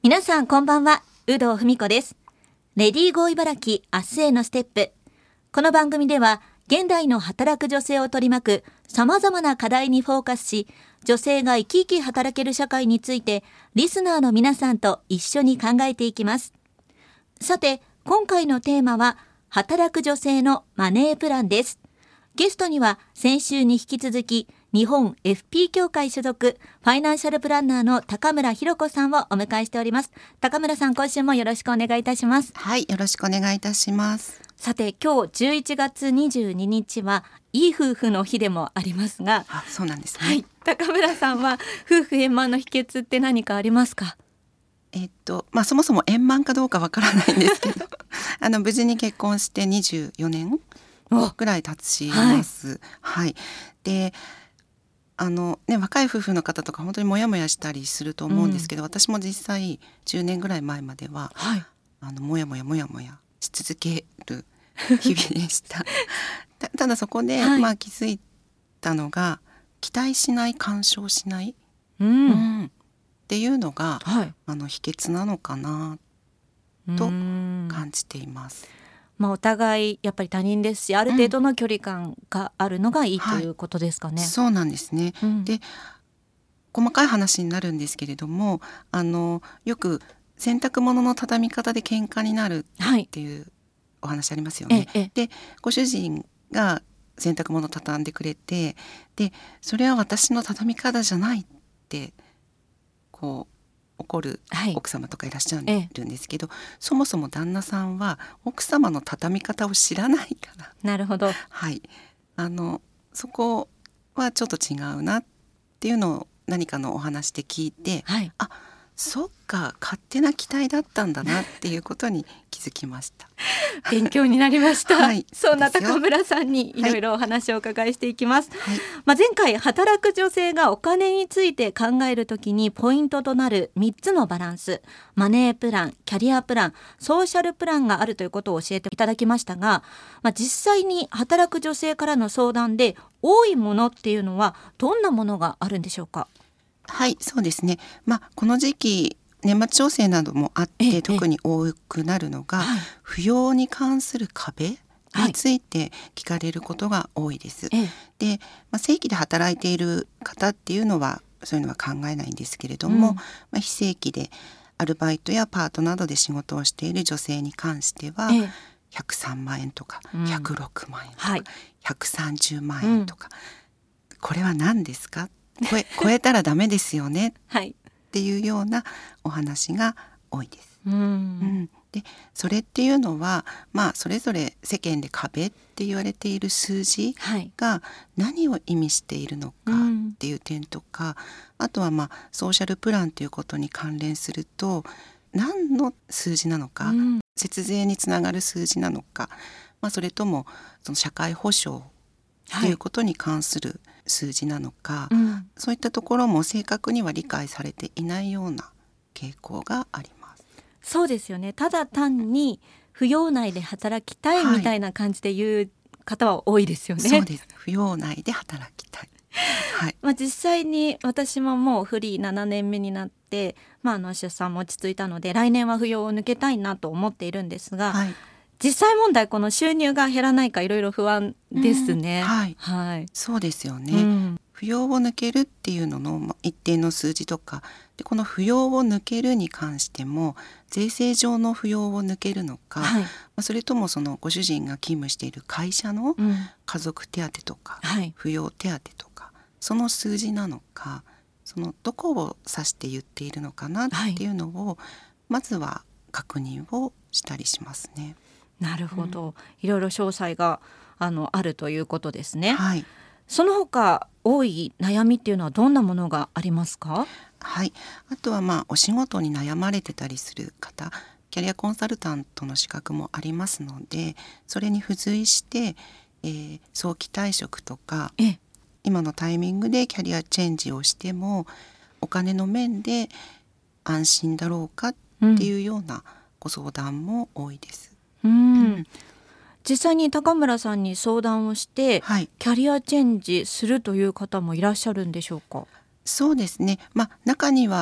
皆さんこんばんは、有働文子です。レディーゴー茨城、明日へのステップ。この番組では現代の働く女性を取り巻く様々な課題にフォーカスし、女性が生き生き働ける社会についてリスナーの皆さんと一緒に考えていきます。さて、今回のテーマは働く女性のマネープランです。ゲストには先週に引き続き日本 FP 協会所属ファイナンシャルプランナーの高村弘子さんをお迎えしております。高村さん、今週もよろしくお願いいたします。 はい、よろしくお願いいたします。 さて、今日11月22日はいい夫婦の日でもありますが、 そうなんですね。 はい、高村さんは夫婦円満の秘訣って何かありますか？ そもそも円満かどうかわからないんですけど無事に結婚して24年ぐらい経ちます。はい、で若い夫婦の方とか本当にモヤモヤしたりすると思うんですけど、私も実際10年ぐらい前までは、モヤモヤし続ける日々でしたただそこで、気づいたのが、期待しない、干渉しない、っていうのが、秘訣なのかなと感じています。 お互いやっぱり他人ですし、ある程度の距離感があるのがいいということですかね。 そうなんですね。で、細かい話になるんですけれども、よく洗濯物の畳み方で喧嘩になるっていうお話ありますよね。で、ご主人が洗濯物畳んでくれて、でそれは私の畳み方じゃないって怒る奥様とかいらっしゃるんですけど、そもそも旦那さんは奥様の畳み方を知らないから。 なるほど。 はい、そこはちょっと違うなっていうのを何かのお話で聞いて、そっか、勝手な期待だったんだなっていうことに気づきました勉強になりました、そんな高村さんにいろいろお話をお伺いしていきます。前回、働く女性がお金について考えるときにポイントとなる3つのバランス、マネープラン、キャリアプラン、ソーシャルプランがあるということを教えていただきましたが、実際に働く女性からの相談で多いものっていうのはどんなものがあるんでしょうか？ はい、そうですね。この時期、年末調整などもあって特に多くなるのが、扶養に関する壁について聞かれることが多いです。で、正規で働いている方っていうのはそういうのは考えないんですけれども、非正規でアルバイトやパートなどで仕事をしている女性に関しては、103万円とか106万円とか、130万円とか、これは何ですか？超えたらダメですよねっていうようなお話が多いです。で、それっていうのは、それぞれ世間で壁って言われている数字が何を意味しているのかっていう点とか、あとはソーシャルプランということに関連すると、何の数字なのか、節税につながる数字なのか、それともその社会保障ということに関する数字なのか、そういったところも正確には理解されていないような傾向があります。 そうですよね。ただ単に扶養内で働きたいみたいな感じで言う方は多いですよね。 そうです。扶養内で働きたい。 実際に私ももうフリー7年目になって、出産も落ち着いたので来年は扶養を抜けたいなと思っているんですが、実際問題、この収入が減らないかいろいろ不安ですね。 そうですよね。扶養を抜けるっていうのの一定の数字とかで、この扶養を抜けるに関しても税制上の扶養を抜けるのか、それともそのご主人が勤務している会社の家族手当とか、扶養手当とか、その数字なのか、そのどこを指して言っているのかなっていうのを、まずは確認をしたりしますね。 なるほど、いろいろ詳細があるということですね。その他多い悩みっていうのはどんなものがありますか？ あとはお仕事に悩まれてたりする方、キャリアコンサルタントの資格もありますので、それに付随して、早期退職とか、今のタイミングでキャリアチェンジをしてもお金の面で安心だろうかっていうようなご相談も多いです。 実際に高村さんに相談をして、キャリアチェンジするという方もいらっしゃるんでしょうか？ そうですね、中には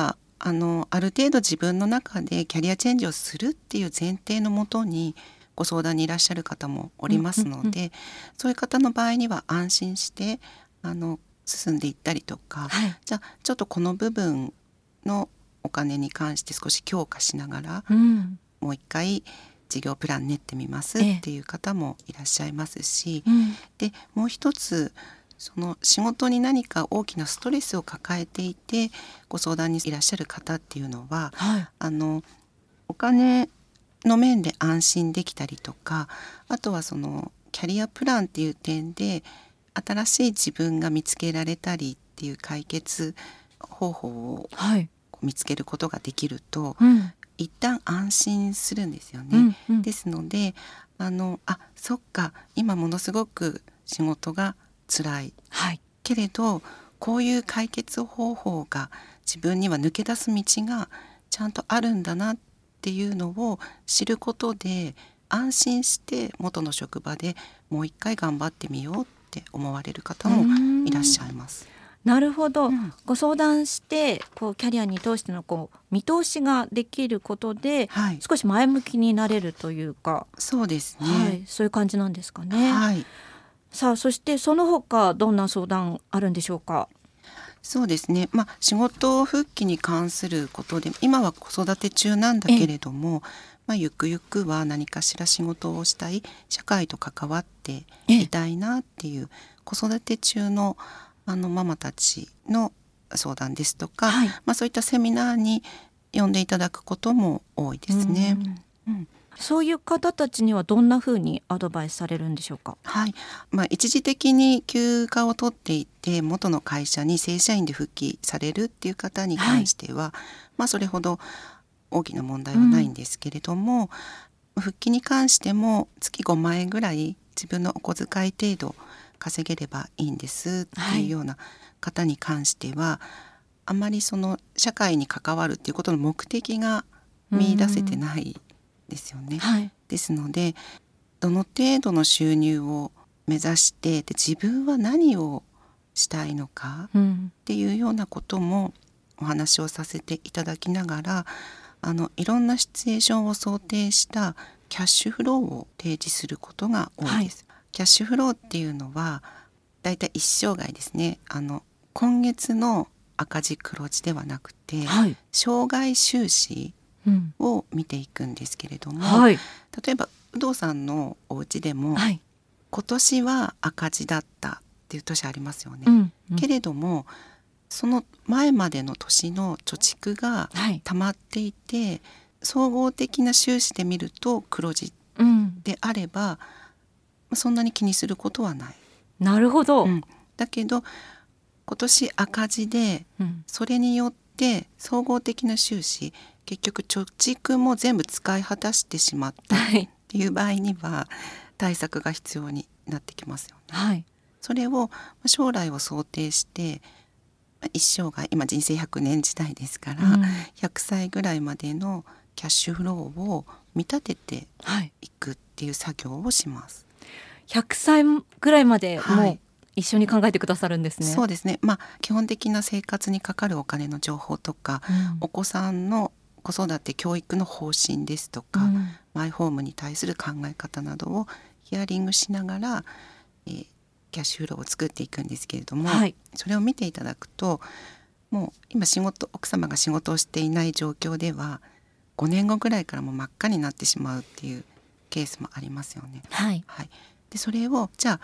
ある程度自分の中でキャリアチェンジをするっていう前提のもとにご相談にいらっしゃる方もおりますので、そういう方の場合には安心して進んでいったりとか、 はい、 じゃあちょっとこの部分のお金に関して少し強化しながら、もう一回事業プラン練ってみますっていう方もいらっしゃいますし、でもう一つその仕事に何か大きなストレスを抱えていてご相談にいらっしゃる方っていうのは、 はい、 お金の面で安心できたりとか、あとはそのキャリアプランっていう点で新しい自分が見つけられたりっていう解決方法を見つけることができると、一旦安心するんですよね。ですのでそっか、今ものすごく仕事が辛い、けれどこういう解決方法が自分には抜け出す道がちゃんとあるんだなっていうのを知ることで、安心して元の職場でもう一回頑張ってみようって思われる方もいらっしゃいます。 なるほど、ご相談してキャリアに通しての見通しができることで、少し前向きになれるというか。 そうですね、 そういう感じなんですかね。さあ、そしてその他どんな相談あるんでしょうか。 そうですね、仕事復帰に関することで今は子育て中なんだけれども、ゆくゆくは何かしら仕事をしたい、社会と関わっていたいなっていう子育て中のママたちの相談ですとか、そういったセミナーに呼んでいただくことも多いですね。 そういう方たちにはどんなふうにアドバイスされるんでしょうか。 一時的に休暇を取っていて元の会社に正社員で復帰されるっていう方に関しては、それほど大きな問題はないんですけれども、復帰に関しても月5万円ぐらい自分のお小遣い程度稼げればいいんですっていうような方に関しては、あまりその社会に関わるっていうことの目的が見出せてないですよね。ですのでどの程度の収入を目指して、で自分は何をしたいのかっていうようなこともお話をさせていただきながら、いろんなシチュエーションを想定したキャッシュフローを提示することが多いです。キャッシュフローっていうのはだいたい一生涯ですね。今月の赤字黒字ではなくて、生涯収支を見ていくんですけれども、例えば有働さんのお家でも、今年は赤字だったっていう年ありますよね。けれどもその前までの年の貯蓄が溜まっていて、総合的な収支で見ると黒字であれば、そんなに気にすることはない。 なるほど、 だけど今年赤字で、それによって総合的な収支、結局貯蓄も全部使い果たしてしまったっていう場合には対策が必要になってきますよね。それを将来を想定して一生涯、今人生100年時代ですから、100歳ぐらいまでのキャッシュフローを見立てていくっていう作業をします。 100歳ぐらいまでもう一緒に考えてくださるんですね。 そうですね、基本的な生活にかかるお金の情報とか、お子さんの子育て教育の方針ですとか、マイホームに対する考え方などをヒアリングしながら、キャッシュフローを作っていくんですけれども、それを見ていただくと、もう今奥様が仕事をしていない状況では5年後ぐらいからもう真っ赤になってしまうっていうケースもありますよね。でそれをじゃあ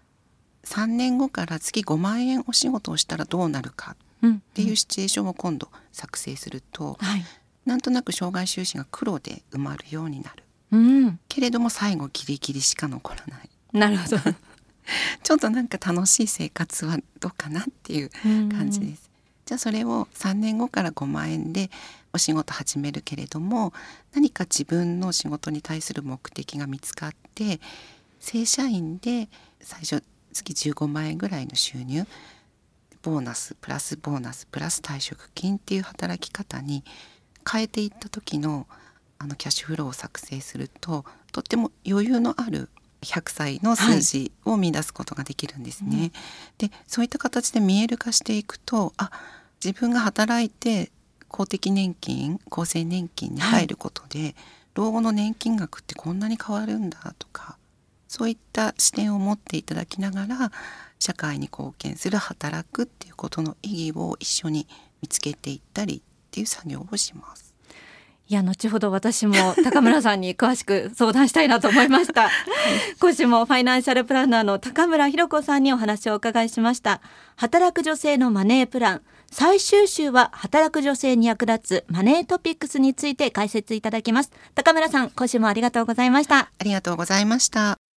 3年後から月5万円お仕事をしたらどうなるかっていうシチュエーションを今度作成すると、なんとなく生涯収支が黒で埋まるようになる、けれども最後ギリギリしか残らない。 なるほどちょっとなんか楽しい生活はどうかなっていう感じです。じゃあそれを3年後から5万円でお仕事始めるけれども、何か自分の仕事に対する目的が見つかって、正社員で最初月15万円ぐらいの収入、ボーナスプラスボーナスプラス退職金っていう働き方に変えていった時のキャッシュフローを作成すると、とっても余裕のある100歳の数字を見出すことができるんですね。でそういった形で見える化していくと、自分が働いて公的年金、厚生年金に入ることで、老後の年金額ってこんなに変わるんだとか、そういった視点を持っていただきながら社会に貢献する、働くっていうことの意義を一緒に見つけていったりっていう作業をします。 いや、後ほど私も高村さんに詳しく相談したいなと思いました、今週もファイナンシャルプランナーの高村ひろ子さんにお話をお伺いしました。働く女性のマネープラン、最終週は働く女性に役立つマネートピックスについて解説いただきます。高村さん、今週もありがとうございました。 ありがとうございました。